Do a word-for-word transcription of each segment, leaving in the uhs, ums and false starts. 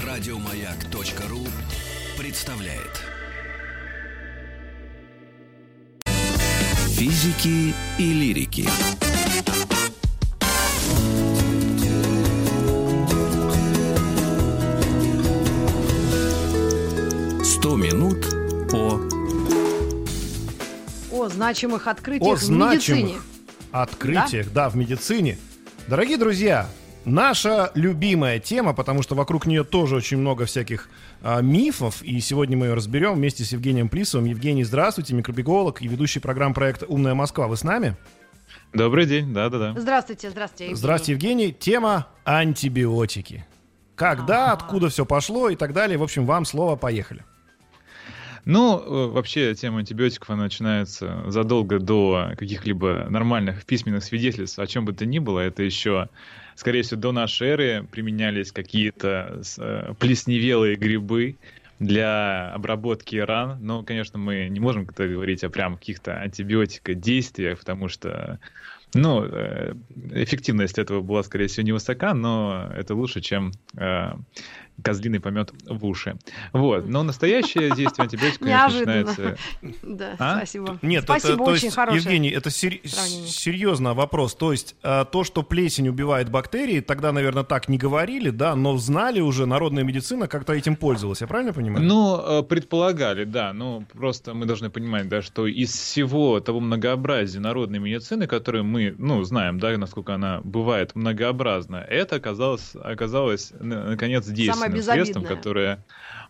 Радиомаяк.ру представляет Физики и лирики. Сто минут по... О значимых открытиях О в значимых медицине. открытиях, да? да, в медицине. Дорогие друзья, наша любимая тема, потому что вокруг нее тоже очень много всяких а, мифов, и сегодня мы ее разберем вместе с Евгением Плисовым. Евгений, здравствуйте, микробиолог и ведущий программ проекта «Умная Москва». Вы с нами? Добрый день, да-да-да. Здравствуйте, здравствуйте, Евгений. Здравствуйте, Евгений. Тема антибиотики. Когда, Ага. откуда все пошло и так далее. В общем, вам слово, поехали. Ну, вообще, тема антибиотиков, она начинается задолго до каких-либо нормальных письменных свидетельств, о чем бы то ни было. Это еще, скорее всего, до нашей эры применялись какие-то э, плесневелые грибы для обработки ран. Но, конечно, мы не можем говорить о прям каких-то антибиотикодействиях, потому что, ну, э, эффективность этого была, скорее всего, невысока, но это лучше, чем э, козлиный помет в уши. Вот. Но настоящее действие антибиотика, конечно, начинается... Да, А? спасибо. Нет, Спасибо, это, то очень есть, хорошее Евгений, это сер- сравнение. серьезно вопрос. То есть а, то, что плесень убивает бактерии, тогда, наверное, так не говорили, да, но знали уже, народная медицина как-то этим пользовалась. Я правильно понимаю? Ну, предполагали, да. Ну, просто мы должны понимать, да, что из всего того многообразия народной медицины, которую мы, ну, знаем, да, насколько она бывает многообразна, это оказалось, оказалось наконец, действенным средством, которое...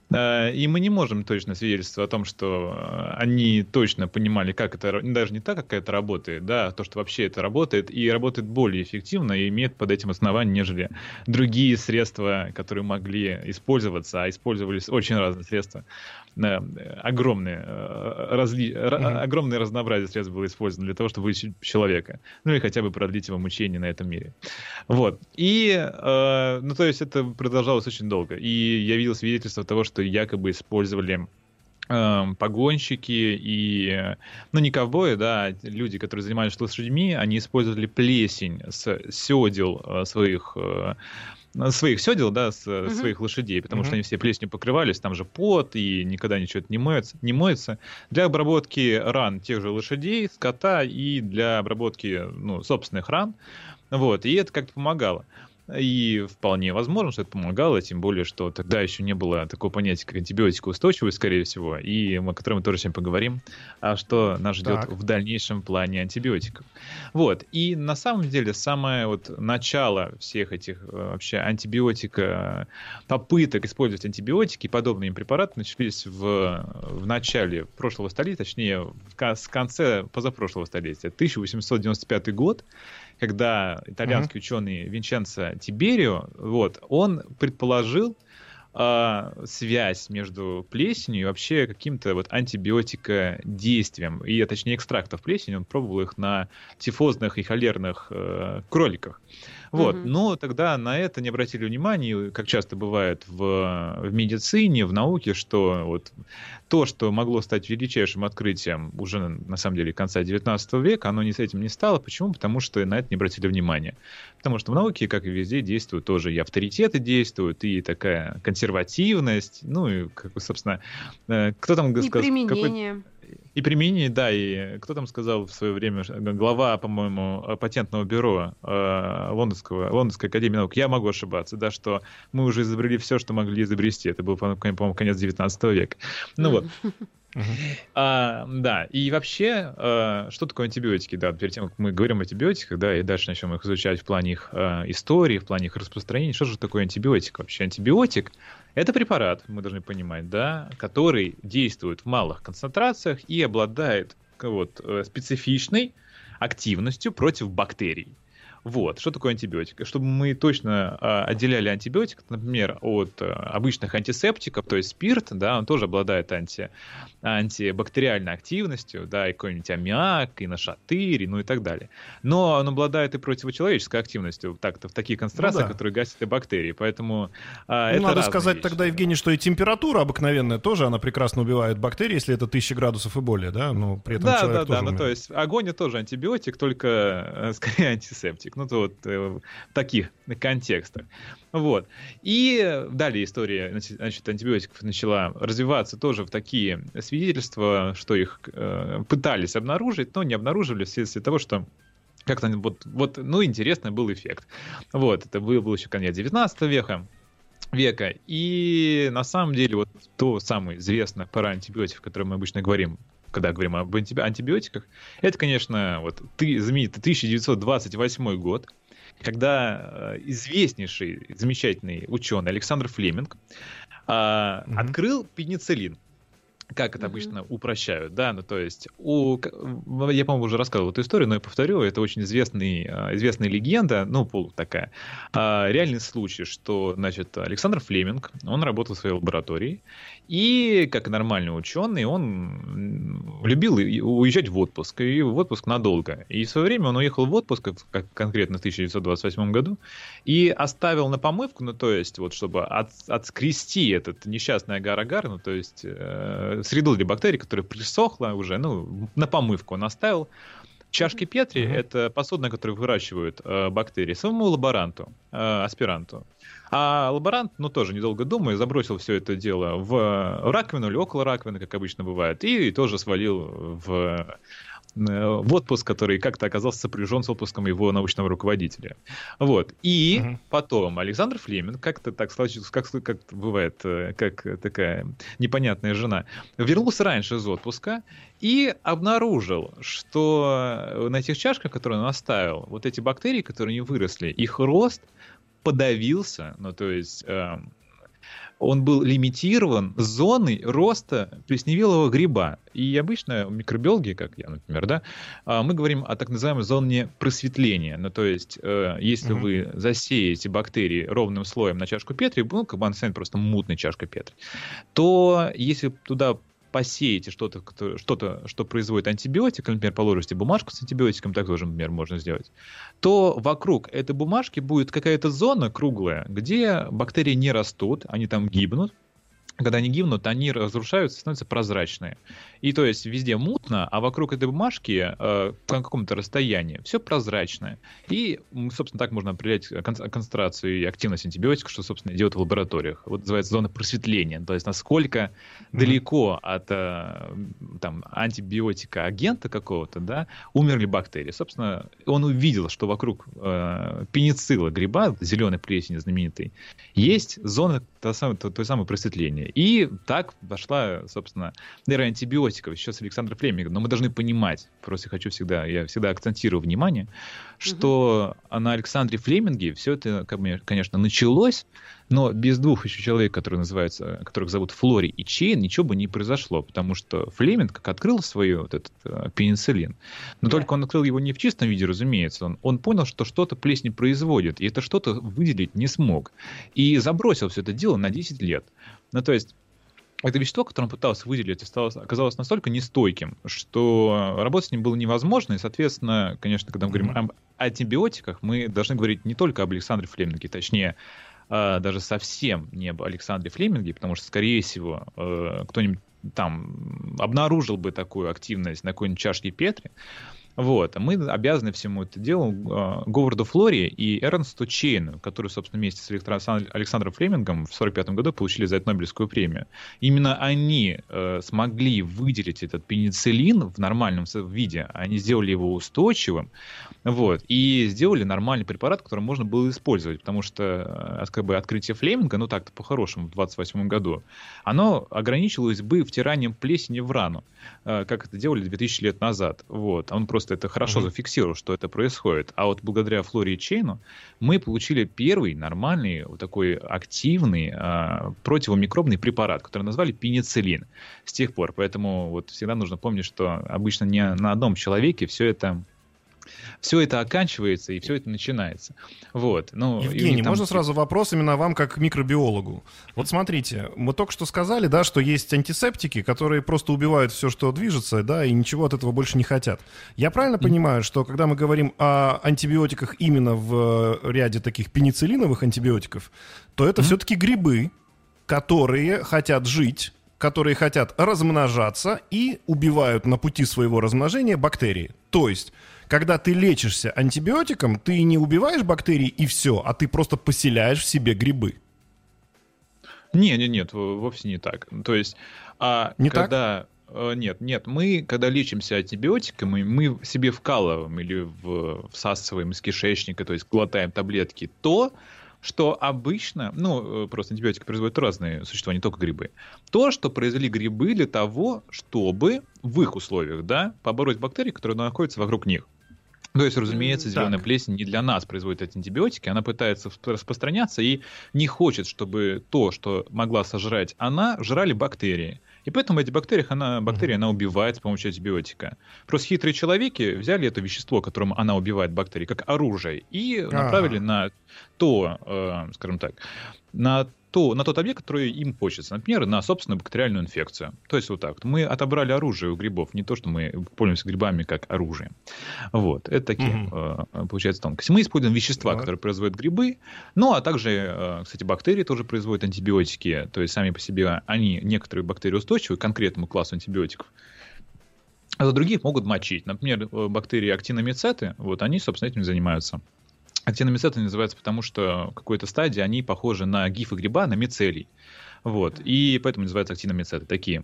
И мы не можем точно свидетельствовать о том, что они точно понимали, как это, даже не так, как это работает, да, а то, что вообще это работает, и работает более эффективно, и имеет под этим основание, нежели другие средства, которые могли использоваться, а использовались очень разные средства. Огромные, разли... mm-hmm. огромное разнообразие средств было использовано для того, чтобы вылечить человека, ну или хотя бы продлить его мучения на этом мире. Вот. И, э, ну, то есть это продолжалось очень долго. И я видел свидетельство того, что якобы использовали э, погонщики и, ну, не ковбои, да, а люди, которые занимались лошадьми, они использовали плесень с сёдел э, своих э, своих сёдел, да, с, uh-huh. своих лошадей, потому uh-huh. что они все плесенью покрывались, там же пот, и никогда ничего не моется, не моется. Для обработки ран тех же лошадей, скота и для обработки, ну, собственных ран. Вот, и это как-то помогало. И вполне возможно, что это помогало, тем более, что тогда еще не было такого понятия, как антибиотикоустойчивость, скорее всего, и о котором мы тоже сегодня поговорим, а что нас ждет так. в дальнейшем плане антибиотиков. Вот, и на самом деле самое вот начало всех этих вообще антибиотика, попыток использовать антибиотики и подобные им препараты начались в, в начале прошлого столетия, точнее, в конце позапрошлого столетия, тысяча восемьсот девяносто пятый год, когда итальянский uh-huh. ученый Винченцо Тиберио, вот, он предположил э, связь между плесенью и вообще каким-то вот антибиотикодействием, и, точнее, экстрактов плесени. Он пробовал их на тифозных и холерных э, кроликах. Вот. Uh-huh. Но тогда на это не обратили внимания, как часто бывает в, в медицине, в науке, что вот то, что могло стать величайшим открытием уже, на самом деле, конца девятнадцатого века, оно не с этим не стало. Почему? Потому что на это не обратили внимания. Потому что в науке, как и везде, действуют тоже и авторитеты действуют, и такая консервативность, ну и, как бы, собственно, кто там... И сказал, применение. Какой... И применение, да, и кто там сказал в свое время, глава, по-моему, патентного бюро э, Лондонского, Лондонской академии наук, я могу ошибаться, да, что мы уже изобрели все, что могли изобрести. Это был, по-моему, конец девятнадцатого века. Ну вот. Uh-huh. А, да, и вообще, а, что такое антибиотики? Да, перед тем, как мы говорим о антибиотиках, да, и дальше начнем их изучать в плане их а, истории, в плане их распространения, что же такое антибиотик вообще? Антибиотик — это препарат, мы должны понимать, да, который действует в малых концентрациях и обладает вот, специфичной активностью против бактерий. Вот. Что такое антибиотик? Чтобы мы точно э, отделяли антибиотик, например, от э, обычных антисептиков, то есть спирт, да, он тоже обладает анти, антибактериальной активностью, да, и какой-нибудь аммиак, и нашатырь, ну и так далее. Но он обладает и противочеловеческой активностью, так-то в такие концентрации, ну, да. которые гасят и бактерии, поэтому э, ну, это надо сказать вещи. Тогда, Евгений, что и температура обыкновенная тоже, она прекрасно убивает бактерии, если это тысяча градусов и более, да, но при этом да, человек да, тоже да, ну, то есть огонь — это тоже антибиотик, только э, скорее антисептик. антибиотик. Ну, то вот э, в таких контекстах. Вот. И далее история, значит, антибиотиков начала развиваться тоже в такие свидетельства, что их э, пытались обнаружить, но не обнаружили вследствие того, что как-то вот, вот, ну, интересный был эффект. Вот, это был, был еще конец девятнадцатого века. века. И на самом деле вот то самое известное пара антибиотиков, о котором мы обычно говорим, когда говорим об антибиотиках, это, конечно, вот ты, знаменитый тысяча девятьсот двадцать восьмой год, когда известнейший, замечательный ученый Александр Флеминг а, mm-hmm. открыл пенициллин. Как это mm-hmm. обычно упрощают, да, ну то есть, у, я, по-моему, уже рассказывал эту историю, но я повторю, это очень известный, известная легенда, ну, полу такая, реальный случай, что, значит, Александр Флеминг, он работал в своей лаборатории, и, как нормальный ученый, он любил уезжать в отпуск, и в отпуск надолго, и в свое время он уехал в отпуск, как конкретно в тысяча девятьсот двадцать восьмом году, и оставил на помывку, ну, то есть, вот, чтобы от, отскрести этот несчастный агар-агар, ну, то есть, среду для бактерий, которая присохла уже, ну, на помывку он оставил. Чашки Петри mm-hmm. — это посуда, на которой выращивают э, бактерии, своему лаборанту, э, аспиранту. А лаборант, ну, тоже, недолго думая, забросил все это дело в раковину или около раковины, как обычно бывает, и, и тоже свалил в... в отпуск, который как-то оказался сопряжен с отпуском его научного руководителя. Вот. И uh-huh. потом Александр Флеминг, как-то так случилось, как, как бывает, как такая непонятная жена, вернулся раньше из отпуска и обнаружил, что на этих чашках, которые он оставил, вот эти бактерии, которые не выросли, их рост подавился, ну, то есть... Э, он был лимитирован зоной роста плесневелого гриба. И обычно микробиологи, как я, например, да, мы говорим о так называемой зоне просветления. Ну, то есть, если mm-hmm. вы засеете бактерии ровным слоем на чашку Петри, ну, как бы она станет просто мутной чашкой Петри, то если туда посеете что-то, что-то, что производит антибиотик, например, положите бумажку с антибиотиком, так тоже, например, можно сделать, то вокруг этой бумажки будет какая-то зона круглая, где бактерии не растут, они там гибнут. Когда они гибнут, они разрушаются, становятся прозрачные. И то есть везде мутно, а вокруг этой бумажки э, на каком-то расстоянии все прозрачное. И, собственно, так можно определять концентрацию и активность антибиотиков, что, собственно, делают в лабораториях. Вот называется зона просветления. То есть насколько mm-hmm. далеко от э, там, антибиотика агента какого-то, да, умерли бактерии. Собственно, он увидел, что вокруг э, пеницилла гриба, зеленой плесени знаменитой, есть зона той самой, той самой просветления. И так пошла, собственно, эра антибиотиков еще с Александром Флемингом. Но мы должны понимать, просто хочу всегда, я всегда акцентирую внимание, что угу. на Александре Флеминге все это, конечно, началось, но без двух еще человек, которые называются, которых зовут Флори и Чейн, ничего бы не произошло, потому что Флеминг, как открыл свой вот этот uh, пенициллин, но да. только он открыл его не в чистом виде, разумеется, он, он понял, что что-то плесень производит, и это что-то выделить не смог. И забросил все это дело на десять лет. Ну, то есть, это вещество, которое он пытался выделить, оказалось настолько нестойким, что работать с ним было невозможно. И, соответственно, конечно, когда мы говорим об антибиотиках, мы должны говорить не только об Александре Флеминге, точнее, даже совсем не об Александре Флеминге, потому что, скорее всего, кто-нибудь там обнаружил бы такую активность на какой-нибудь чашке Петри. Вот. Мы обязаны всему это делу Говарду Флори и Эрнсту Чейну, которые, собственно, вместе с Александром Флемингом в сорок пятом году получили за это Нобелевскую премию. Именно они э, смогли выделить этот пенициллин в нормальном виде. Они сделали его устойчивым, вот, и сделали нормальный препарат, который можно было использовать, потому что как бы, открытие Флеминга, ну так-то по-хорошему, в двадцать восьмом году, оно ограничивалось бы втиранием плесени в рану, э, как это делали две тысячи лет назад. Вот. Он просто это хорошо mm-hmm. зафиксировал, что это происходит. А вот благодаря Флори и Чейну мы получили первый нормальный, вот такой активный а, противомикробный препарат, который назвали пенициллин с тех пор. Поэтому вот всегда нужно помнить, что обычно не на одном человеке все это... Все это оканчивается, и все это начинается. Вот. Ну, Евгений, там... можно сразу вопрос именно вам, как микробиологу? Вот смотрите, мы только что сказали, да, что есть антисептики, которые просто убивают все, что движется, да, и ничего от этого больше не хотят. Я правильно mm-hmm. понимаю, что когда мы говорим о антибиотиках именно в ряде таких пенициллиновых антибиотиков, то это mm-hmm. все-таки грибы, которые хотят жить, которые хотят размножаться и убивают на пути своего размножения бактерии. То есть... когда ты лечишься антибиотиком, ты не убиваешь бактерии и все, а ты просто поселяешь в себе грибы. Не, не, нет, вовсе не так. То есть, а не когда... так? Нет, нет, мы, когда лечимся антибиотиками, мы себе вкалываем или в, всасываем из кишечника, то есть глотаем таблетки, то, что обычно, ну, просто антибиотики производят разные существа, не только грибы, то, что произвели грибы для того, чтобы в их условиях, да, побороть бактерии, которые находятся вокруг них. То есть, разумеется, зеленая плесень не для нас производит эти антибиотики, она пытается распространяться и не хочет, чтобы то, что могла сожрать она, жрали бактерии. И поэтому эти бактерии она, бактерии она убивает с помощью антибиотика. Просто хитрые человеки взяли это вещество, которым она убивает бактерии, как оружие, и направили ага. на то, э, скажем так, на то, на тот объект, который им хочется. Например, на собственную бактериальную инфекцию. То есть вот так. Мы отобрали оружие у грибов. Не то, что мы пользуемся грибами как оружием. Вот. Это такие, mm-hmm. э, получается, тонкости. Мы используем вещества, mm-hmm. которые производят грибы. Ну, а также, э, кстати, бактерии тоже производят антибиотики. То есть сами по себе они, некоторые бактерии устойчивы к конкретному классу антибиотиков. А за других могут мочить. Например, бактерии актиномицеты, вот они, собственно, этим занимаются. Актиномицеты называются потому, что в какой-то стадии они похожи на гифы гриба, на мицелий. Вот. И поэтому называются актиномицеты. Такие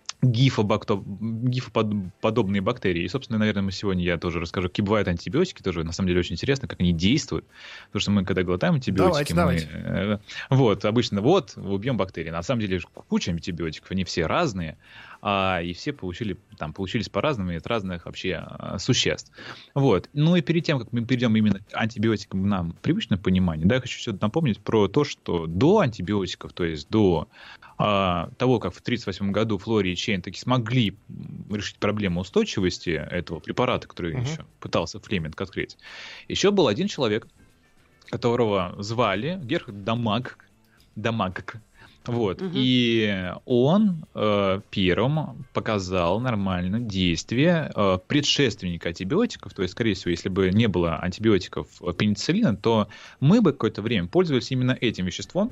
гифоподобные бактерии. И, собственно, наверное, мы сегодня я тоже расскажу, какие бывают антибиотики. Тоже, на самом деле, очень интересно, как они действуют. Потому что мы, когда глотаем антибиотики, давайте, мы... давайте. Вот, обычно вот, убьем бактерии. На самом деле, куча антибиотиков, они все разные. А, и все получили, там, получились по-разному от разных вообще а, существ. Вот. Ну и перед тем, как мы перейдем именно к антибиотикам нам привычном понимании, да, я хочу все напомнить про то, что до антибиотиков, то есть до а, того, как в тридцать восьмом году Флори и Чейн таки смогли решить проблему устойчивости этого препарата, который uh-huh. еще пытался Флеминг открыть, еще был один человек, которого звали Герхард Дамаг, Дамаг. Вот. Угу. И он э, первым показал нормально действие э, предшественника антибиотиков. То есть, скорее всего, если бы не было антибиотиков пенициллина, то мы бы какое-то время пользовались именно этим веществом,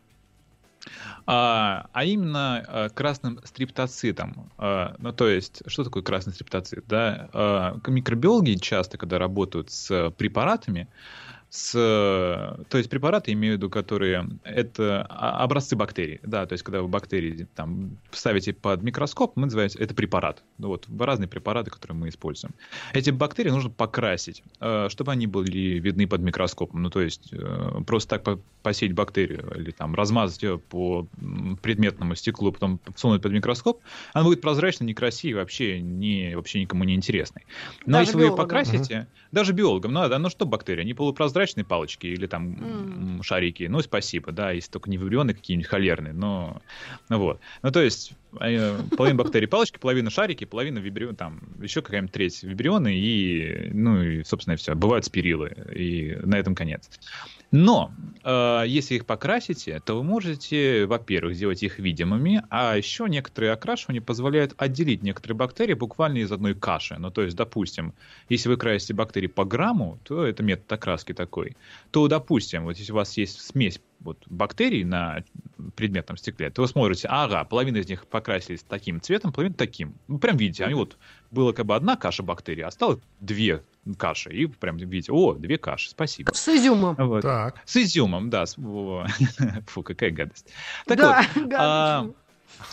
а, а именно а, красным стриптоцитом. А, ну, то есть, что такое красный стриптоцит? Да? А, микробиологи часто, когда работают с препаратами, С, то есть препараты, имею в виду, которые это образцы бактерий, да, то есть когда вы бактерии там ставите под микроскоп, мы называем это препарат, вот разные препараты, которые мы используем. Эти бактерии нужно покрасить, чтобы они были видны под микроскопом, ну то есть просто так посеять бактерию или там размазать ее по предметному стеклу, потом сунуть под микроскоп, она будет прозрачной, некрасивой, вообще не вообще никому не интересной. Но даже если биологам. Вы ее покрасите, угу. даже биологам, ну, ну что бактерии, они полупрозрачные палочки или там mm. шарики, ну, спасибо, да, если только не вибрионы какие-нибудь холерные, но, ну, вот. Ну, то есть, половина бактерий палочки, половина шарики, половина вибрионы, там, еще какая-нибудь треть вибрионы и, ну, и, собственно, все. Бывают спирилы, и на этом конец. Но, э, если их покрасите, то вы можете, во-первых, сделать их видимыми, а еще некоторые окрашивания позволяют отделить некоторые бактерии буквально из одной каши. Ну, то есть, допустим, если вы красите бактерии по грамму, то это метод окраски такой, то, допустим, вот если у вас есть смесь вот, бактерий на предметном стекле, то вы смотрите, ага, половина из них покрасились таким цветом, половина таким. Вы прям видите, они вот, была как бы одна каша бактерий, а осталось две каши. И прям видите, о, две каши, спасибо. С изюмом. Вот. Так. С изюмом, да. С... Фу, какая гадость. Так да, вот, гадость. А...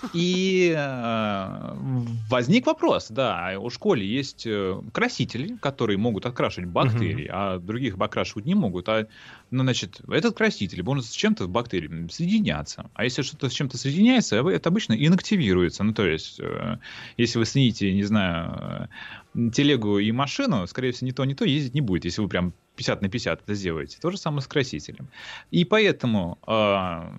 И э, возник вопрос, да, у школы есть красители, которые могут окрашивать бактерии, uh-huh. а других окрашивать не могут. А, ну, значит, этот краситель может с чем-то с бактериями соединяться. А если что-то с чем-то соединяется, это обычно инактивируется. Ну, то есть, э, если вы соедините, не знаю, телегу и машину, скорее всего, ни то, ни то ездить не будет, если вы прям пятьдесят на пятьдесят это сделаете. То же самое с красителем. И поэтому э,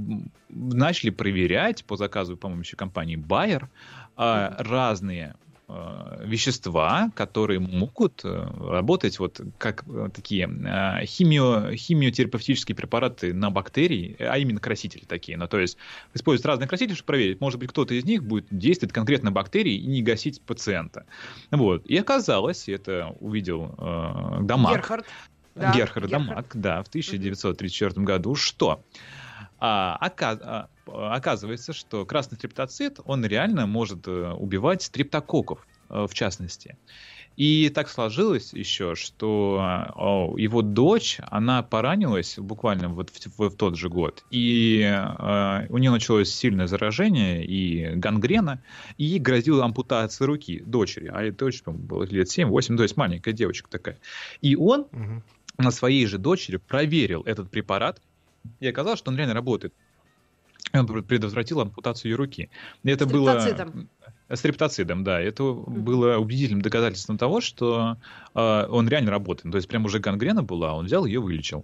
начали проверять по заказу, по-моему, еще компании Bayer э, разные э, вещества, которые могут э, работать вот как э, такие э, химио, химиотерапевтические препараты на бактерии, а именно красители такие. Ну, то есть используют разные красители, чтобы проверить. Может быть, кто-то из них будет действовать конкретно на бактерии и не гасить пациента. Вот. И оказалось, это увидел э, Дамаг. Герхард. Да, Герхард Дамаг, да, в тысяча девятьсот тридцать четвёртом году, что а, оказ, а, оказывается, что красный стриптоцит, он реально может убивать стрептококков, в частности. И так сложилось еще, что о, его дочь, она поранилась буквально вот в, в, в тот же год, и э, у нее началось сильное заражение и гангрена, и ей грозила ампутация руки дочери, а этой дочери, по-моему, было лет семь-восемь, то есть маленькая девочка такая. И он угу. на своей же дочери проверил этот препарат, и оказалось, что он реально работает. Он предотвратил ампутацию ее руки. И это было... С рептоцидом, да. Это mm-hmm. было убедительным доказательством того, что э, он реально работает. То есть прям уже гангрена была, он взял ее и вылечил.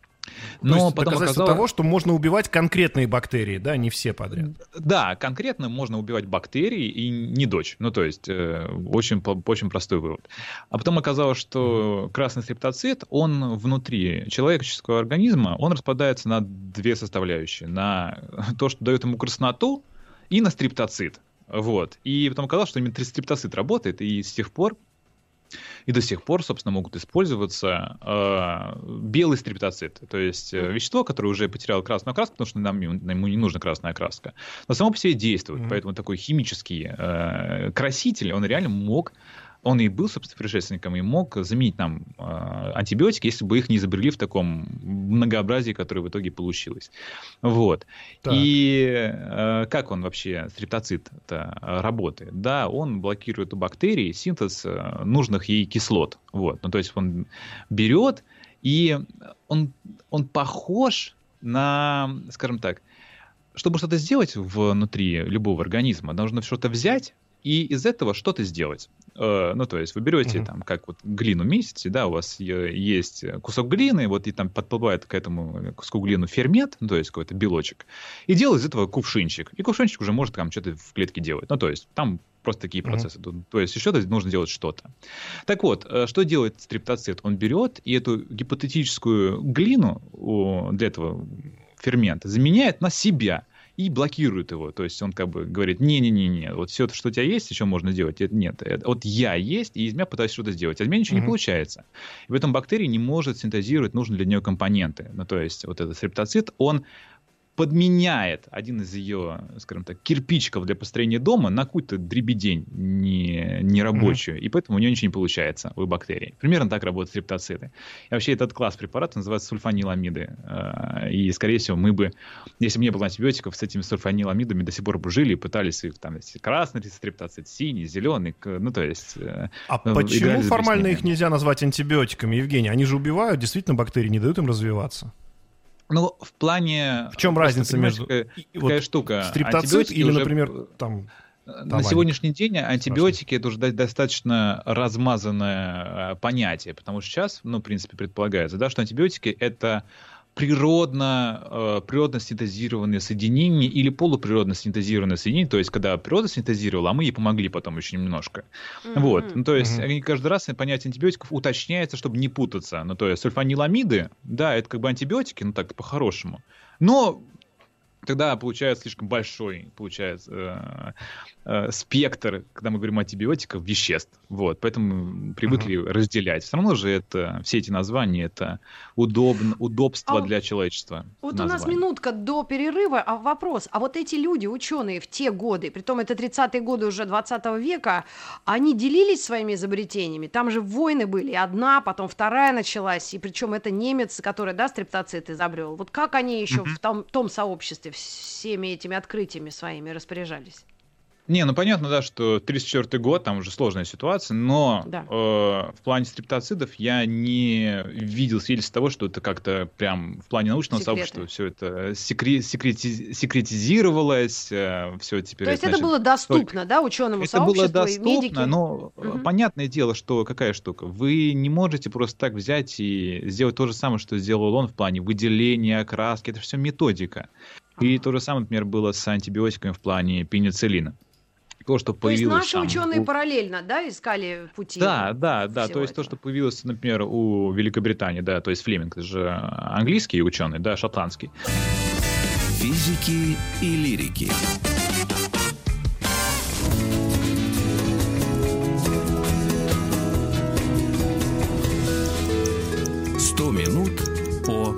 Но То есть потом доказательство оказалось... того, что можно убивать конкретные бактерии, да, не все подряд. Да, конкретно можно убивать бактерии и не дочь. Ну, то есть э, очень, очень простой вывод. А потом оказалось, что mm-hmm. красный стрептоцит, он внутри человеческого организма, он распадается на две составляющие. На то, что дает ему красноту, и на стрептоцит. Вот. И потом оказалось, что именно стрептоцит работает, и с тех пор, и до сих пор, собственно, могут использоваться э, белый стрептоцит, то есть э, вещество, которое уже потеряло красную окраску, потому что нам, ему не нужна красная окраска, но само по себе действует, mm-hmm. поэтому такой химический э, краситель, он реально мог, он и был, собственно, предшественником, и мог заменить нам э, антибиотики, если бы их не изобрели в таком многообразии, которое в итоге получилось. Вот. Так. И э, как он вообще, стрептоцит-то, работает? Да, он блокирует у бактерий синтез э, нужных ей кислот. Вот. Ну, то есть он берет, и он, он похож на, скажем так, чтобы что-то сделать внутри любого организма, нужно что-то взять, и из этого что-то сделать. Э, ну, то есть вы берете, uh-huh. там, как вот глину месите, да, у вас есть кусок глины, вот и там подплывает к этому куску глины фермент, ну, то есть какой-то белочек, и делает из этого кувшинчик. И кувшинчик уже может там что-то в клетке делать. Ну, то есть там просто такие процессы. Uh-huh. То есть еще нужно делать что-то. Так вот, что делает стрептоцит? Он берет и эту гипотетическую глину для этого фермента заменяет на себя. И блокирует его. То есть он как бы говорит, не-не-не, вот все, что у тебя есть, еще можно делать. Это нет. Это, вот я есть, и из меня пытаюсь что-то сделать. А из меня ничего mm-hmm. не получается. И в этом бактерия не может синтезировать нужные для нее компоненты. Ну, то есть вот этот стрептоцит, он подменяет один из ее, скажем так, кирпичиков для построения дома на какую-то дребедень не, нерабочую. Mm-hmm. И поэтому у нее ничего не получается у бактерий. Примерно так работают стрептоциты. И вообще этот класс препаратов называется сульфаниламиды. И, скорее всего, мы бы, если бы не было антибиотиков, с этими сульфаниламидами до сих пор бы жили и пытались их, там, красный стрептоцит, синий, зеленый, ну, то есть... А почему формально их нельзя назвать антибиотиками, Евгений? Они же убивают действительно бактерии, не дают им развиваться. Ну, в плане... В чем разница между... Какая, какая вот штука? Стрептоцит или, уже... например, там... На Таваник. сегодняшний день антибиотики — это уже достаточно размазанное понятие, потому что сейчас, ну, в принципе, предполагается, да, что антибиотики — это природно, э, природно синтезированные соединения или полуприродно синтезированные соединения, то есть когда природа синтезировала, а мы ей помогли потом еще немножко. Mm-hmm. Вот. Ну, то есть mm-hmm. они каждый раз понятие антибиотиков уточняется, чтобы не путаться. Ну, то есть сульфаниламиды, да, это как бы антибиотики, ну так по-хорошему. Но тогда получается слишком большой, получается, э, э, спектр, когда мы говорим о антибиотиках, веществ. Вот, поэтому привыкли uh-huh. разделять. Все равно же это, все эти названия, это удобно, удобство а для человечества. Вот название. У нас минутка до перерыва, а вопрос, а вот эти люди, ученые в те годы, притом это тридцатые годы уже двадцатого века, они делились своими изобретениями? Там же войны были, одна, потом вторая началась, и причем это немец, который, да, стрептоцит изобрел. Вот как они еще uh-huh. в том, том сообществе всеми этими открытиями своими распоряжались? Не, ну понятно, да, что тридцать четвёртый год, там уже сложная ситуация, но да. э, в плане стрептоцидов я не видел свидетельств того, что это как-то прям в плане научного Секреты. сообщества все это секре- секрети- секретизировалось, э, все теперь... То есть значит, это было доступно, да, ученому это сообществу, было доступно, и медики? но угу. понятное дело, что какая штука, вы не можете просто так взять и сделать то же самое, что сделал он в плане выделения, окраски, это все методика. Ага. И то же самое, например, было с антибиотиками в плане пенициллина. То, что то есть наши там, ученые у... параллельно, да, искали пути? Да, да, да. То есть этого. То, что появилось, например, у Великобритании, да, то есть Флеминг, это же английский ученый, да, шотландский. Физики и лирики. Сто минут по...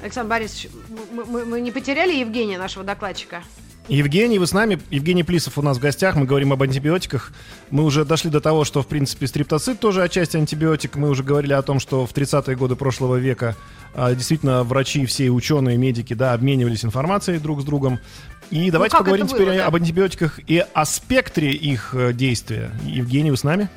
Александр Борисович, мы, мы, мы не потеряли Евгения, нашего докладчика? Евгений, вы с нами? Евгений Плисов у нас в гостях. Мы говорим об антибиотиках. Мы уже дошли до того, что, в принципе, стриптоцит тоже отчасти антибиотик. Мы уже говорили о том, что в тридцатые годы прошлого века а, действительно врачи, все ученые, медики, да, обменивались информацией друг с другом. И давайте ну, поговорим теперь было, да? об антибиотиках и о спектре их действия. Евгений, вы с нами?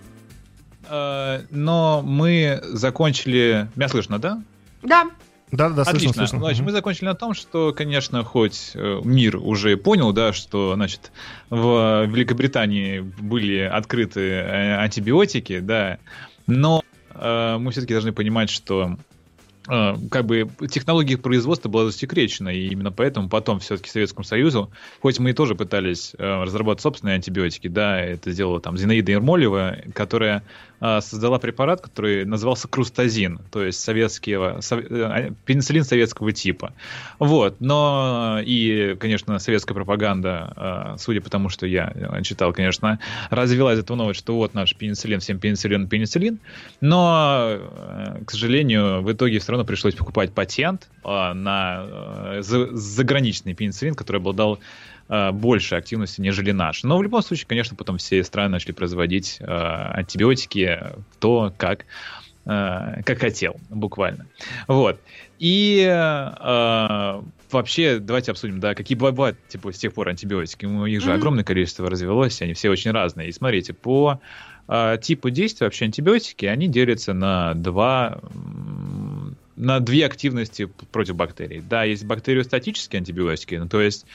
Но мы закончили... Меня слышно, да? Да. Да, да, слышно, Отлично. слышно. Значит, угу. мы закончили на том, что, конечно, хоть мир уже понял, да, что, значит, в Великобритании были открыты антибиотики, да, но э, мы все-таки должны понимать, что э, как бы технология производства была засекречена, и именно поэтому потом все-таки Советскому Союзу, хоть мы и тоже пытались э, разрабатывать собственные антибиотики, да, это сделала там Зинаида Ермолева, которая создала препарат, который назывался крустазин, то есть советского, пенициллин советского типа. Вот. Но и, конечно, советская пропаганда, судя по тому, что я читал, конечно, развела из этого новость, что вот наш пенициллин, всем пенициллин, пенициллин. Но, к сожалению, в итоге все равно пришлось покупать патент на заграничный пенициллин, который обладал больше активности, нежели наш. Но в любом случае, конечно, потом все страны начали производить э, антибиотики то, как, э, как хотел, буквально. Вот. И э, вообще, давайте обсудим, да, какие бывают типа, с тех пор антибиотики. Их же mm-hmm. огромное количество развелось, они все очень разные. И смотрите, по э, типу действия вообще антибиотики, они делятся на два... на две активности против бактерий. Да, есть бактериостатические антибиотики, ну, то есть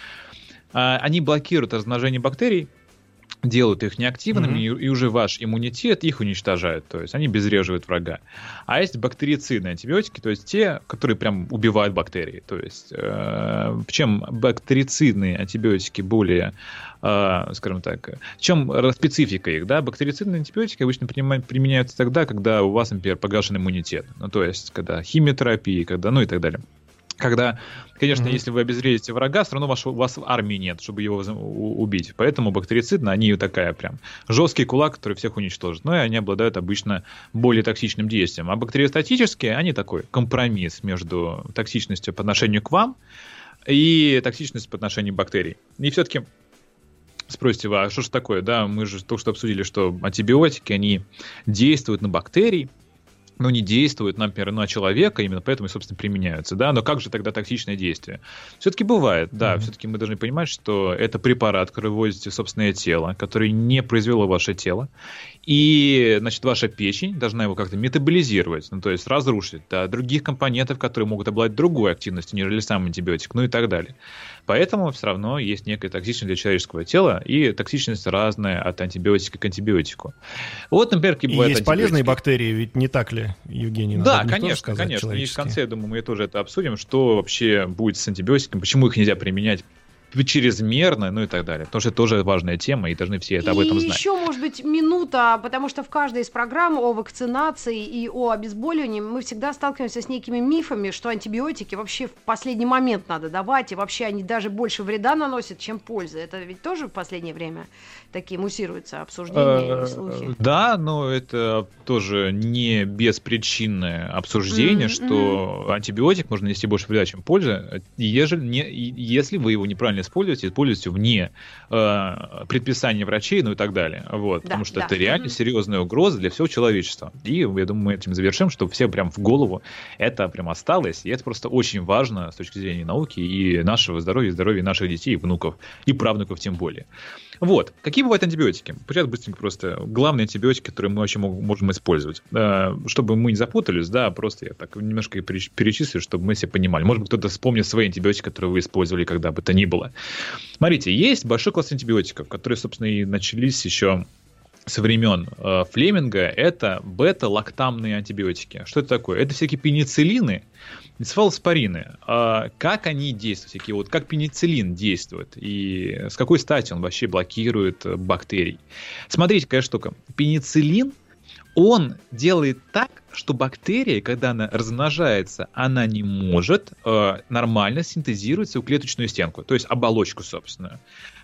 они блокируют размножение бактерий, делают их неактивными, mm-hmm. и, и уже ваш иммунитет их уничтожает, то есть они обезвреживают врага. А есть бактерицидные антибиотики, то есть те, которые прям убивают бактерии. То есть э, чем бактерицидные антибиотики более, э, скажем так, в чем специфика их, да? Бактерицидные антибиотики обычно применяются тогда, когда у вас, например, погашен иммунитет, ну то есть когда химиотерапия, когда, ну и так далее. Когда, конечно, mm-hmm. если вы обезвредите врага, все равно ваш, у вас армии нет, чтобы его убить. Поэтому бактерицидные, они такая прям жесткий кулак, который всех уничтожит. Но и они обладают обычно более токсичным действием. А бактериостатические, они такой компромисс между токсичностью по отношению к вам и токсичностью по отношению к бактерий. И все-таки спросите вы, а что же такое? Да, мы же только что обсудили, что антибиотики, они действуют на бактерии, но не действуют, например, на человека, именно поэтому и, собственно, применяются, да, но как же тогда токсичное действие? Все-таки бывает, да, mm-hmm. все-таки мы должны понимать, что это препарат, который вводите в собственное тело, который не произвело ваше тело, и, значит, ваша печень должна его как-то метаболизировать, ну, то есть разрушить, да, других компонентов, которые могут обладать другой активностью, нежели сам антибиотик, ну и так далее. Поэтому все равно есть некая токсичность для человеческого тела, и токсичность разная от антибиотика к антибиотику. Вот, например, какие бывают есть полезные бактерии, ведь не так ли, Евгений? Да, конечно, конечно. И в конце, я думаю, мы тоже это обсудим, что вообще будет с антибиотиками, почему их нельзя применять чрезмерно, ну и так далее. Потому что это тоже важная тема, и должны все это об этом знать. И еще, может быть, минута, потому что в каждой из программ о вакцинации и о обезболивании мы всегда сталкиваемся с некими мифами, что антибиотики вообще в последний момент надо давать, и вообще они даже больше вреда наносят, чем пользы. Это ведь тоже в последнее время такие муссируются обсуждения и слухи. Да, но это тоже не беспричинное обсуждение, mm-hmm. что антибиотик можно нести больше вреда, чем пользы, ежели не, если вы его неправильно используете, используете вне э, предписания врачей, ну и так далее. Вот, да, потому что да. это реально mm-hmm. серьезная угроза для всего человечества. И я думаю, мы этим завершим, чтобы все прям в голову это прям осталось. И это просто очень важно с точки зрения науки и нашего здоровья, и здоровья наших детей, и внуков, и правнуков тем более. Вот. Какие бывают антибиотики? Сейчас быстренько просто главные антибиотики, которые мы вообще можем использовать. Чтобы мы не запутались, да, просто я так немножко перечислю, чтобы мы все понимали. Может быть, кто-то вспомнит свои антибиотики, которые вы использовали, когда бы то ни было. Смотрите, есть большой класс антибиотиков, которые, собственно, и начались еще со времен э, Флеминга. Это бета-лактамные антибиотики. Что это такое? Это всякие пенициллины, цефалоспорины. А как они действуют? Всякие, вот как пенициллин действует? И с какой стати он вообще блокирует бактерий? Смотрите, какая штука. Пенициллин, он делает так, что бактерия, когда она размножается, она не может э, нормально синтезировать свою клеточную стенку, то есть оболочку собственную.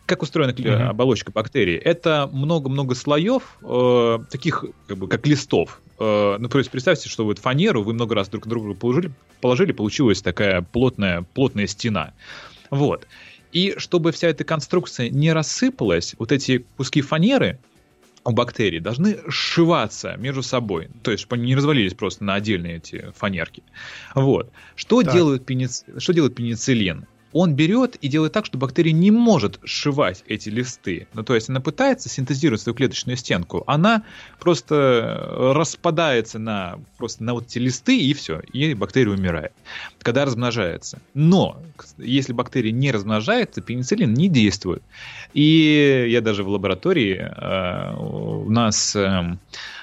как устроена mm-hmm. оболочка бактерий? Это много-много слоев, э, таких как, бы, как листов. Э, ну, то есть представьте, что вот фанеру вы много раз друг на друга положили, положили, получилась такая плотная, плотная стена. Вот. И чтобы вся эта конструкция не рассыпалась, вот эти куски фанеры у бактерий должны сшиваться между собой. То есть, чтобы они не развалились просто на отдельные эти фанерки. Вот. Что, делает, пеници... Что делает пенициллин? Он берет и делает так, что бактерия не может сшивать эти листы. Ну, то есть она пытается синтезировать свою клеточную стенку, она просто распадается на, просто на вот эти листы, и все, и бактерия умирает, когда размножается. Но если бактерия не размножается, пенициллин не действует. И я даже в лаборатории э, у нас... Э,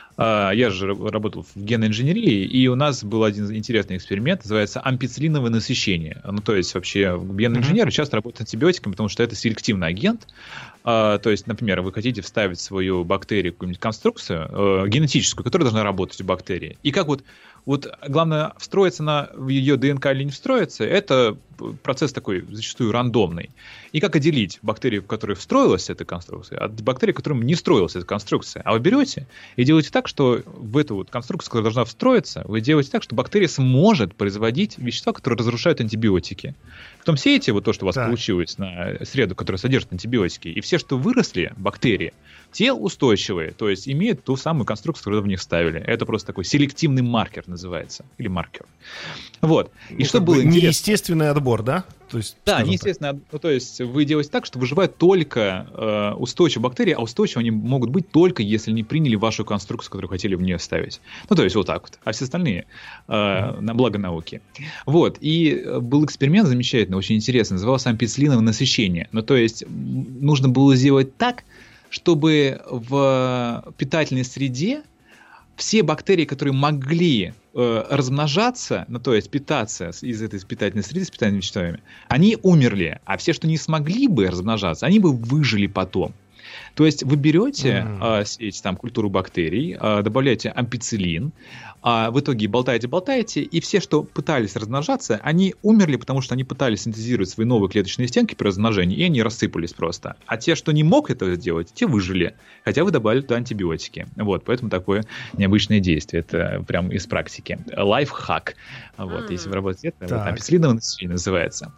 Я же работал в генной инженерии, и у нас был один интересный эксперимент, называется ампициллиновое насыщение. Ну, то есть, вообще, генные инженеры часто работают с антибиотиками, потому что это селективный агент. То есть, например, вы хотите вставить в свою бактерию какую-нибудь конструкцию генетическую, которая должна работать у бактерии. И как вот, вот главное, встроиться на ее ДНК или не встроиться, это процесс такой зачастую рандомный. И как отделить бактерию, в которой встроилась эта конструкция, от бактерии, в которой не встроилась эта конструкция? А вы берете и делаете так, что в эту вот конструкцию, которая должна встроиться, вы делаете так, что бактерия сможет производить вещества, которые разрушают антибиотики. Потом все эти, вот то, что у вас так. получилось на среду, которая содержит антибиотики, и все, что выросли, бактерии, те устойчивые, то есть имеют ту самую конструкцию, которую в них ставили. Это просто такой селективный маркер называется, или маркер. Вот. И ну, что было интересно? Неестественный отбор, да? То есть, да, неестественно. Ну, то есть вы делаете так, что выживают только э, устойчивые бактерии, а устойчивые они могут быть только если они приняли вашу конструкцию, которую хотели в нее вставить. Ну, то есть вот так вот. А все остальные э, mm-hmm. на благо науки. Вот. И был эксперимент замечательный, очень интересный, назывался ампициллиновое насыщение. Ну, то есть нужно было сделать так, чтобы в питательной среде все бактерии, которые могли э, размножаться, ну, то есть питаться из этой питательной среды с питательными веществами, они умерли. А все, что не смогли бы размножаться, они бы выжили потом. То есть вы берете mm-hmm. э, эти, там, культуру бактерий, э, добавляете ампициллин, а в итоге болтаете-болтаете, и все, что пытались размножаться, они умерли, потому что они пытались синтезировать свои новые клеточные стенки при размножении, и они рассыпались просто. А те, что не мог этого сделать, те выжили, хотя вы добавили туда антибиотики. Вот, поэтому такое необычное действие. Это прям из практики. Лайфхак. Вот, mm. если вы работаете, это вот, ампициллиновое насыщение называется.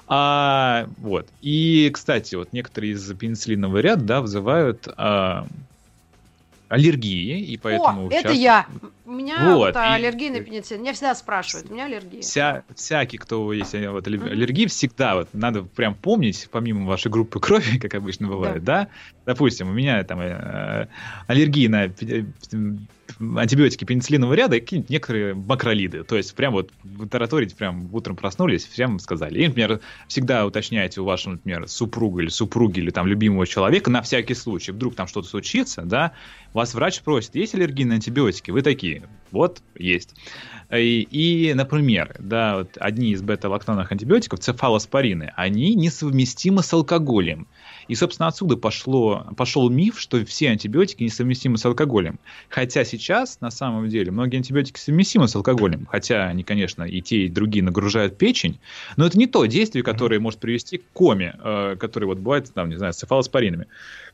А, вот. И, кстати, вот некоторые из пенициллинового ряда, да, вызывают... А, аллергии, и поэтому... О, это часто... я. У меня вот, вот аллергия на пенициллин. Меня всегда спрашивают, у меня аллергия. Вся, всякий, кто есть вот, аллергии, mm-hmm. всегда вот, надо прям помнить, помимо вашей группы крови, как обычно бывает, да, да? Допустим, у меня там э, аллергия на антибиотики пенициллинового ряда и какие-нибудь некоторые макролиды. То есть прям вот тараторить, прям утром проснулись, всем сказали. И, например, всегда уточняйте у вашего, например, супруга или супруги или там любимого человека на всякий случай. Вдруг там что-то случится, да, вас врач просит, есть аллергия на антибиотики? Вы такие, вот, есть. И, и например, да, вот одни из бета-лактонных антибиотиков, цефалоспорины, они несовместимы с алкоголем. И, собственно, отсюда пошло, пошел миф, что все антибиотики несовместимы с алкоголем. Хотя сейчас, на самом деле, многие антибиотики совместимы с алкоголем. Хотя они, конечно, и те, и другие нагружают печень. Но это не то действие, которое может привести к коме, э, которое вот бывает, там, не знаю, с цефалоспоринами.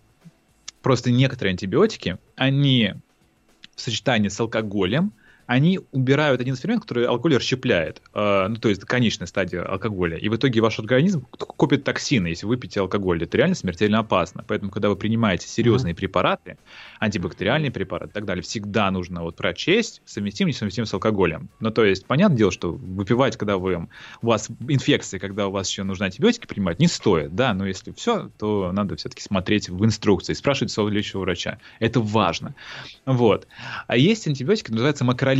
Просто некоторые антибиотики, они в сочетании с алкоголем, они убирают один из ферментов, который алкоголь расщепляет, э, ну, то есть конечная стадия алкоголя. И в итоге ваш организм копит токсины, если вы пьете алкоголь. Это реально смертельно опасно. Поэтому, когда вы принимаете серьезные mm-hmm. препараты, антибактериальные препараты и так далее, всегда нужно вот прочесть, совместим, не совместим с алкоголем. Ну, то есть, понятное дело, что выпивать, когда вы, у вас инфекция, когда у вас еще нужно антибиотики принимать, не стоит, да, но если все, то надо все-таки смотреть в инструкции, спрашивать своего лечащего врача. Это важно. Вот. А есть антибиотики, называются макролиды.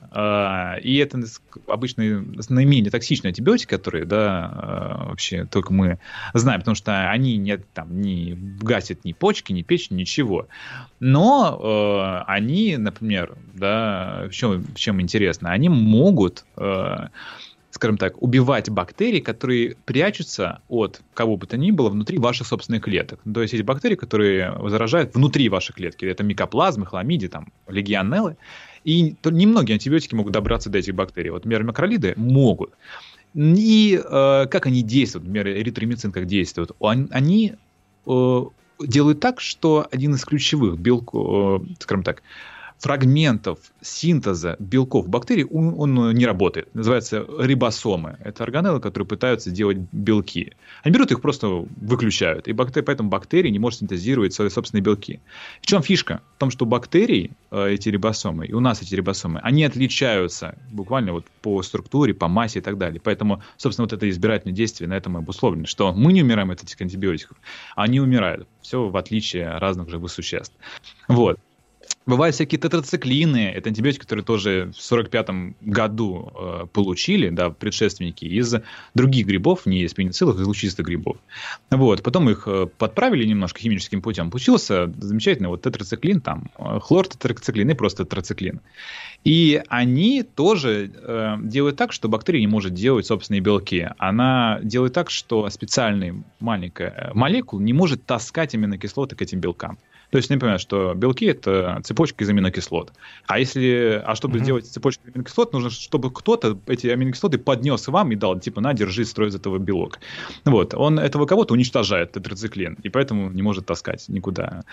И это обычно наименее токсичные антибиотики, которые, да, вообще только мы знаем, потому что они не, там, не гасят ни почки, ни печень, ничего. Но э, они, например, да, в чем, в чем интересно, они могут, э, скажем так, убивать бактерии, которые прячутся от кого бы то ни было внутри ваших собственных клеток. То есть эти бактерии, которые заражают внутри вашей клетки. Это микоплазмы, хламидии, там, легионеллы. И немногие антибиотики могут добраться до этих бактерий. Вот, например, макролиды могут. И э, как они действуют, например, эритромицин как действует? Они э, делают так, что один из ключевых белков, э, скажем так, фрагментов синтеза белков бактерий, он, он не работает. Называется рибосомы. Это органеллы, которые пытаются делать белки. Они берут их, просто выключают. И бактери, поэтому бактерии не могут синтезировать свои собственные белки. В чем фишка? В том, что у бактерий эти рибосомы, и у нас эти рибосомы, они отличаются буквально вот по структуре, по массе и так далее. Поэтому, собственно, вот это избирательное действие на этом обусловлено, что мы не умираем от этих антибиотиков, а они умирают. Все в отличие разных живых существ. Вот. Бывают всякие тетрациклины, это антибиотики, которые тоже в сорок пятом году э, получили, да, предшественники, из других грибов, не из пенициллов, из лучистых грибов. Вот. Потом их э, подправили немножко химическим путем. Получился замечательный вот тетрациклин, там, э, хлортетрациклин и просто тетрациклин. И они тоже э, делают так, что бактерия не может делать собственные белки. Она делает так, что специальная маленькая молекула не может таскать аминокислоты к этим белкам. То есть, например, что белки — это цепочка из аминокислот. А если, а чтобы mm-hmm. сделать цепочку аминокислот, нужно, чтобы кто-то эти аминокислоты поднес вам и дал, типа, на, держи, строй из этого белок. Вот. Он этого кого-то уничтожает, тетрациклин, и поэтому не может таскать никуда.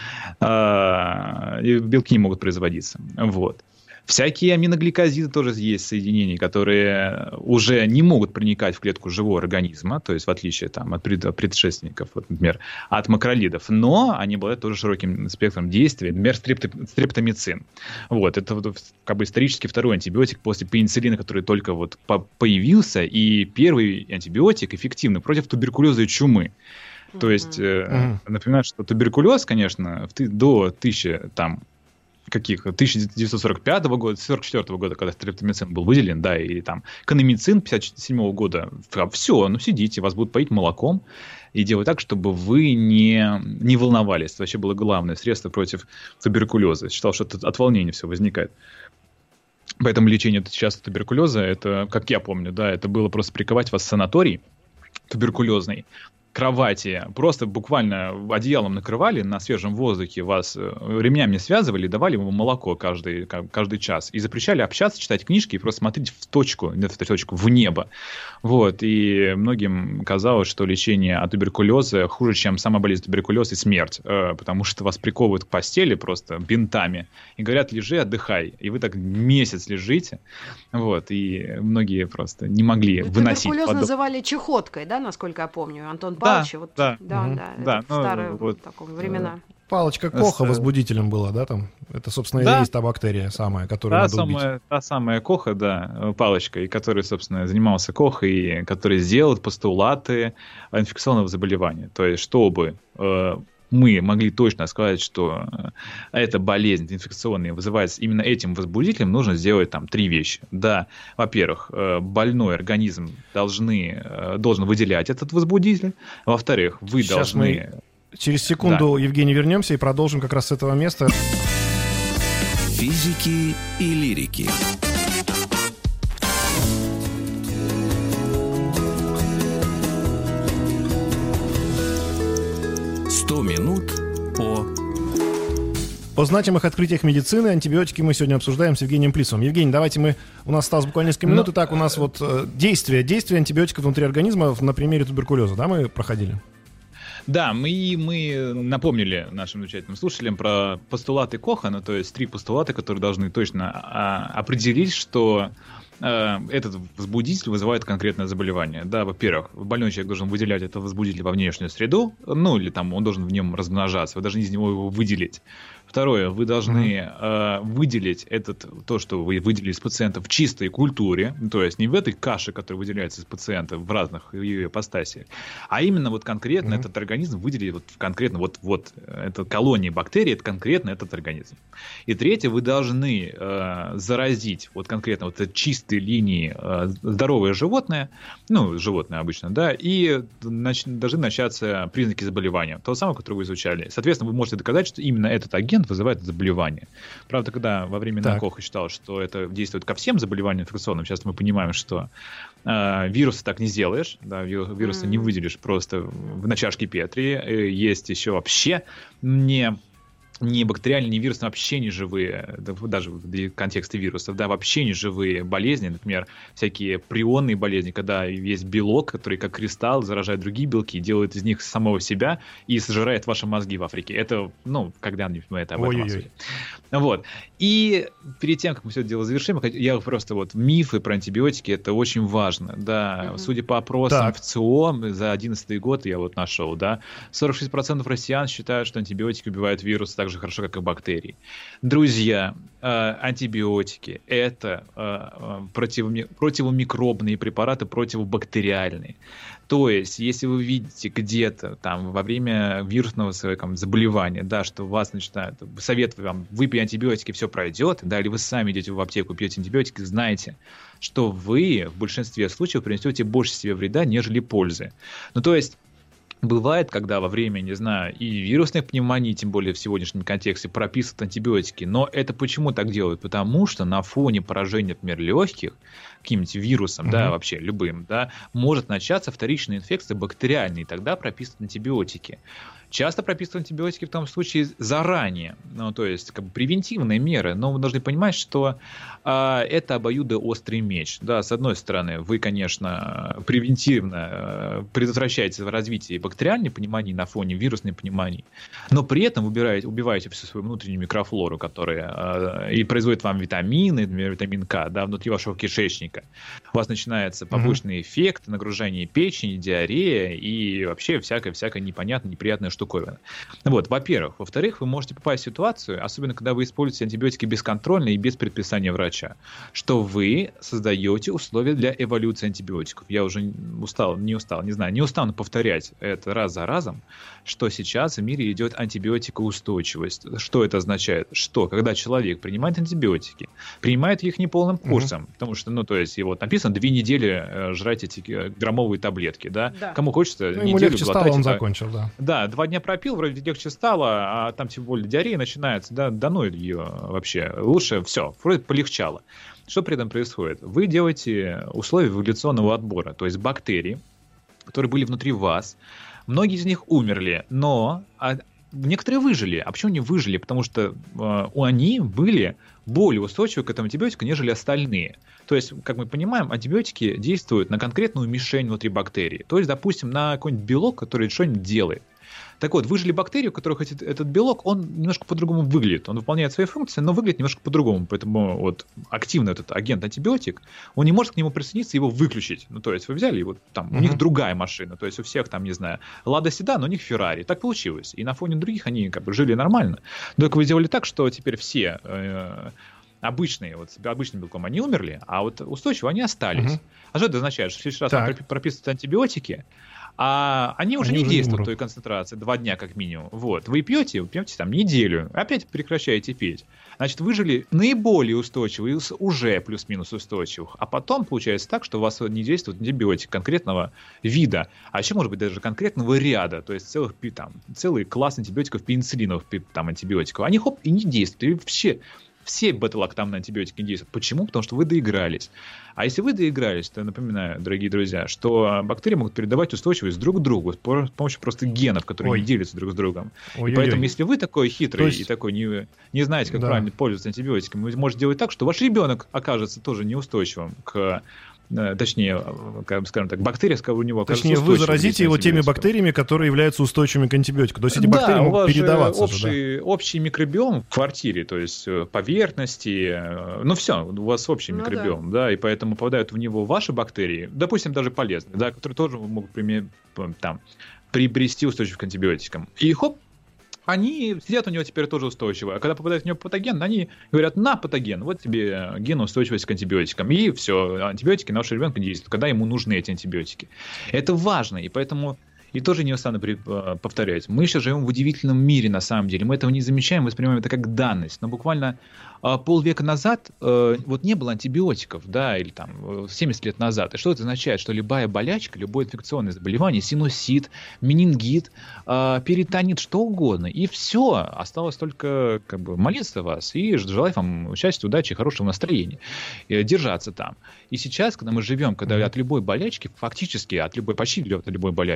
А, и белки не могут производиться. Вот. Всякие аминогликозиды тоже есть соединения, которые уже не могут проникать в клетку живого организма, то есть в отличие там, от предшественников, вот, например, от макролидов, но они обладают тоже широким спектром действия, например, стрептомицин. Вот, это как бы исторически второй антибиотик после пенициллина, который только вот появился, и первый антибиотик эффективный против туберкулеза и чумы. То есть, mm-hmm. напоминаю, что туберкулез, конечно, в, до тысячи там каких, тысяча девятьсот сорок пятого года, сорок четвёртого года, когда стрептомицин был выделен, да, и там канамицин пятьдесят седьмого года, все, ну сидите, вас будут поить молоком и делать так, чтобы вы не, не волновались. Это вообще было главное средство против туберкулеза. Считал, что это от волнения все возникает. Поэтому лечение часто туберкулеза, это, как я помню, да, это было просто приковать вас в санаторий туберкулезный, кровати, просто буквально одеялом накрывали, на свежем воздухе вас ремнями связывали, давали ему молоко каждый, каждый час и запрещали общаться, читать книжки и просто смотреть в точку, нет, в точку, в небо. Вот. И многим казалось, что лечение от туберкулеза хуже, чем сама болезнь туберкулеза и смерть, потому что вас приковывают к постели просто бинтами и говорят: лежи, отдыхай. И вы так месяц лежите. Вот. И многие просто не могли ну, выносить. Туберкулез подоб... называли чехоткой, да, насколько я помню, Антон Да, Павлович, вот, да, да, угу. да, да, это ну, старые вот, таком, времена. Палочка Коха возбудителем была, да, там? Это, собственно, да. и есть та бактерия самая, которую та надо самая, убить. Та самая Коха, да, палочка, и который, собственно, занимался Кох, и который сделал постулаты инфекционного заболевания. То есть, чтобы э, мы могли точно сказать, что эта болезнь инфекционная вызывается именно этим возбудителем, нужно сделать там три вещи. Да, во-первых, больной организм должны, должен выделять этот возбудитель. Во-вторых, вы Сейчас должны... Мы через секунду, да. Евгений, вернемся и продолжим как раз с этого места. Физики и лирики. Сто минут по... О значимых открытиях медицины, антибиотики мы сегодня обсуждаем с Евгением Плисовым. Евгений, давайте мы... У нас осталось буквально несколько минут. Итак, у нас вот э, действие, действие антибиотиков внутри организма на примере туберкулеза, да, мы проходили? Да, мы, мы напомнили нашим замечательным слушателям про постулаты Коха, ну, то есть три постулата, которые должны точно а, определить, что а, этот возбудитель вызывает конкретное заболевание. Да, во-первых, больной человек должен выделять этот возбудитель во внешнюю среду, ну, или там он должен в нем размножаться, вы должны из него его выделить. Второе, вы должны mm-hmm. э, выделить этот, то, что вы выделили из пациента в чистой культуре, то есть не в этой каше, которая выделяется из пациента в разных ее ипостасиях, а именно вот конкретно mm-hmm. этот организм выделить вот конкретно вот, вот эта колония бактерий, это конкретно этот организм. И третье, вы должны э, заразить вот конкретно вот этой чистой линии э, здоровое животное, ну, животное обычно, да, и нач, должны начаться признаки заболевания, того самого, которое вы изучали. Соответственно, вы можете доказать, что именно этот агент вызывает заболевание. Правда, когда во времена Коха считал, что это действует ко всем заболеваниям инфекционным, сейчас мы понимаем, что э, вирусы так не сделаешь, да, вирусы mm-hmm. не выделишь просто в, на чашке Петри. Есть еще вообще не не бактериальные, не вирусные, вообще не живые, даже в контексте вирусов, да, вообще не живые болезни, например, всякие прионные болезни, когда есть белок, который как кристалл заражает другие белки, делает из них самого себя и сжирает ваши мозги в Африке. Это, ну, когда-нибудь мы это об этом обсудим. Вот. И перед тем, как мы все это дело завершим, я просто вот мифы про антибиотики, это очень важно, да, mm-hmm. судя по опросам так. в ЦИОМ за одиннадцатый год я вот нашел, да, сорок шесть процентов россиян считают, что антибиотики убивают вирус так же хорошо, как и бактерии. Друзья, э, антибиотики – это э, противоми- противомикробные препараты, противобактериальные. То есть, если вы видите где-то там во время вирусного там, заболевания, да, что вас начинают советовать вам, выпей антибиотики, все пройдет, да, или вы сами идете в аптеку, пьете антибиотики, знаете, что вы в большинстве случаев принесете больше себе вреда, нежели пользы. Ну, то есть, бывает, когда во время, не знаю, и вирусных пневмоний, тем более в сегодняшнем контексте, прописывают антибиотики. Но это почему так делают? Потому что на фоне поражения, например, легких, каким-нибудь вирусом, mm-hmm. да, вообще любым, да, может начаться вторичная инфекция бактериальная, и тогда прописывают антибиотики. Часто прописывают антибиотики в том случае заранее, ну, то есть как бы превентивные меры, но вы должны понимать, что э, это обоюдоострый меч. Да, с одной стороны, вы, конечно, превентивно э, предотвращаете развитие бактериальной пневмонии на фоне вирусной пневмонии, но при этом убираете, убиваете всю свою внутреннюю микрофлору, которая э, и производит вам витамины, например, витамин К, да, внутри вашего кишечника. У вас начинается повышенный mm-hmm. эффект, нагружение печени, диарея и вообще всякая-всякая непонятная, неприятная штука. Штуковина. Вот, во-первых. Во-вторых, вы можете попасть в ситуацию, особенно когда вы используете антибиотики бесконтрольно и без предписания врача, что вы создаете условия для эволюции антибиотиков. Я уже устал, не устал, не знаю, не устану повторять это раз за разом, что сейчас в мире идет антибиотикоустойчивость. Что это означает? Что, когда человек принимает антибиотики, принимает их неполным курсом, угу. потому что, ну, то есть, его написано, две недели э, жрать эти граммовые таблетки, да? Да. Кому хочется, ну, неделю ему легче глотать. Стало, он это... закончил, да. Да, два дня пропил, вроде легче стало, а там тем более диарея начинается, да, да ну ее вообще. Лучше все, вроде полегчало. Что при этом происходит? Вы делаете условия эволюционного отбора, то есть бактерии, которые были внутри вас, многие из них умерли, но а, некоторые выжили. А почему они выжили? Потому что э, они были более устойчивы к этому антибиотику, нежели остальные. То есть, как мы понимаем, антибиотики действуют на конкретную мишень внутри бактерии. То есть, допустим, на какой-нибудь белок, который что-нибудь делает. Так вот, выжили бактерии, у которых этот, этот белок, он немножко по-другому выглядит. Он выполняет свои функции, но выглядит немножко по-другому. Поэтому вот активно этот агент-антибиотик, он не может к нему присоединиться и его выключить. Ну, то есть вы взяли его, там, uh-huh. у них другая машина. То есть у всех там, не знаю, Лада Седан, у них Феррари. Так получилось. И на фоне других они как бы жили нормально. Только вы сделали так, что теперь все... Э- обычные, вот обычным белком они умерли, а вот устойчивые они остались. Uh-huh. А что это означает? Что в следующий раз вам прописывают антибиотики, а они уже они не уже действуют в той концентрации, два дня как минимум. Вот. Вы пьете, вы пьете там неделю, опять прекращаете пить. Значит, выжили наиболее устойчивые из уже плюс-минус устойчивых. А потом получается так, что у вас не действует антибиотик конкретного вида, а еще, может быть, даже конкретного ряда, то есть целых, там, целый класс антибиотиков, пенициллиновых там, антибиотиков. Они хоп, и не действуют. И вообще... Все бета-лактамные антибиотики действуют. Почему? Потому что вы доигрались. А если вы доигрались, то, напоминаю, дорогие друзья, что бактерии могут передавать устойчивость друг к другу с помощью просто генов, которые Ой. не делятся друг с другом. Ой-ой-ой. И поэтому, если вы такой хитрый есть... и такой не, не знаете, как да. правильно пользоваться антибиотиками, вы можете делать так, что ваш ребенок окажется тоже неустойчивым к... Точнее, скажем так, бактерия, у него Точнее, вы заразите его теми бактериями, которые являются устойчивыми к антибиотику. То есть эти да, бактерии могут передаваться. Общий, же, да. общий микробиом в квартире, то есть поверхности, ну все, у вас общий ну, микробиом, да. да, и поэтому попадают в него ваши бактерии, допустим, даже полезные, да, которые тоже могут там, приобрести устойчивость к антибиотикам. И хоп, они сидят у него теперь тоже устойчивые. А когда попадает в него патоген, они говорят, на патоген, вот тебе геноустойчивость к антибиотикам. И все, антибиотики на вашего ребенка действуют, когда ему нужны эти антибиотики. Это важно, и поэтому... И тоже не устану повторять. Мы сейчас живем в удивительном мире, на самом деле. Мы этого не замечаем, воспринимаем это как данность. Но буквально полвека назад вот не было антибиотиков, да, или там семьдесят лет назад. И что это означает? Что любая болячка, любое инфекционное заболевание, синусит, менингит, перитонит, что угодно. И все. Осталось только как бы молиться вас и желать вам счастья, удачи, хорошего настроения. Держаться там. И сейчас, когда мы живем, когда от любой болячки, фактически от любой, почти от любой болячки, ну, кроме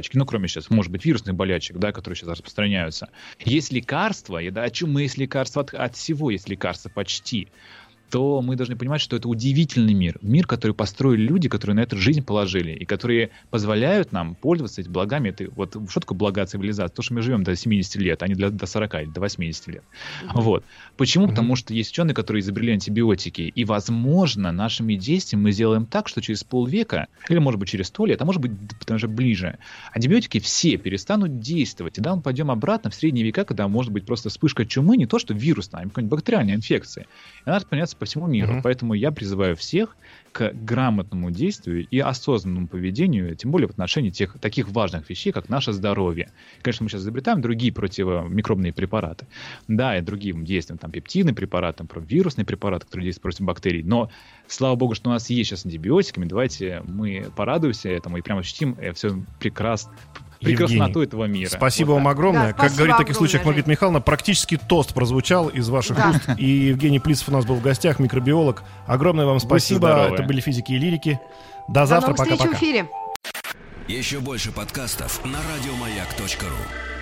кроме сейчас, может быть, вирусных болячек, да, которые сейчас распространяются. Есть лекарства, и да, от чумы есть лекарства, от, от всего есть лекарства почти, то мы должны понимать, что это удивительный мир. Мир, который построили люди, которые на эту жизнь положили, и которые позволяют нам пользоваться этими благами. Это, вот, что такое блага цивилизации? То, что мы живем до семидесяти лет, а не для, до сорока или до восьмидесяти лет. Uh-huh. Вот. Почему? Uh-huh. Потому что есть ученые, которые изобрели антибиотики, и, возможно, нашими действиями мы сделаем так, что через полвека, или, может быть, через сто лет, а может быть, даже ближе, антибиотики все перестанут действовать. И да, мы пойдем обратно в средние века, когда может быть просто вспышка чумы, не то что вирусная, а какой-нибудь бактериальной инфекции. И она распространяется по всему миру. Uh-huh. Поэтому я призываю всех к грамотному действию и осознанному поведению, тем более в отношении тех, таких важных вещей, как наше здоровье. Конечно, мы сейчас изобретаем другие противомикробные препараты, да, и другим действием, там, пептидные препараты, там, вирусные препараты, которые действуют против бактерий, но, слава богу, что у нас есть сейчас антибиотиками, давайте мы порадуемся этому и прямо ощутим все прекрасно. Прекрасноту этого мира. Спасибо вот вам огромное. Да, как говорит в таких огромное, случаях Маргарита Михайловна, практически тост прозвучал из ваших да. уст. И Евгений Плисов у нас был в гостях, микробиолог. Огромное вам спасибо. Это были «Физики и лирики». До, До завтра. Пока-пока. Еще больше подкастов на радиомаяк точка ру.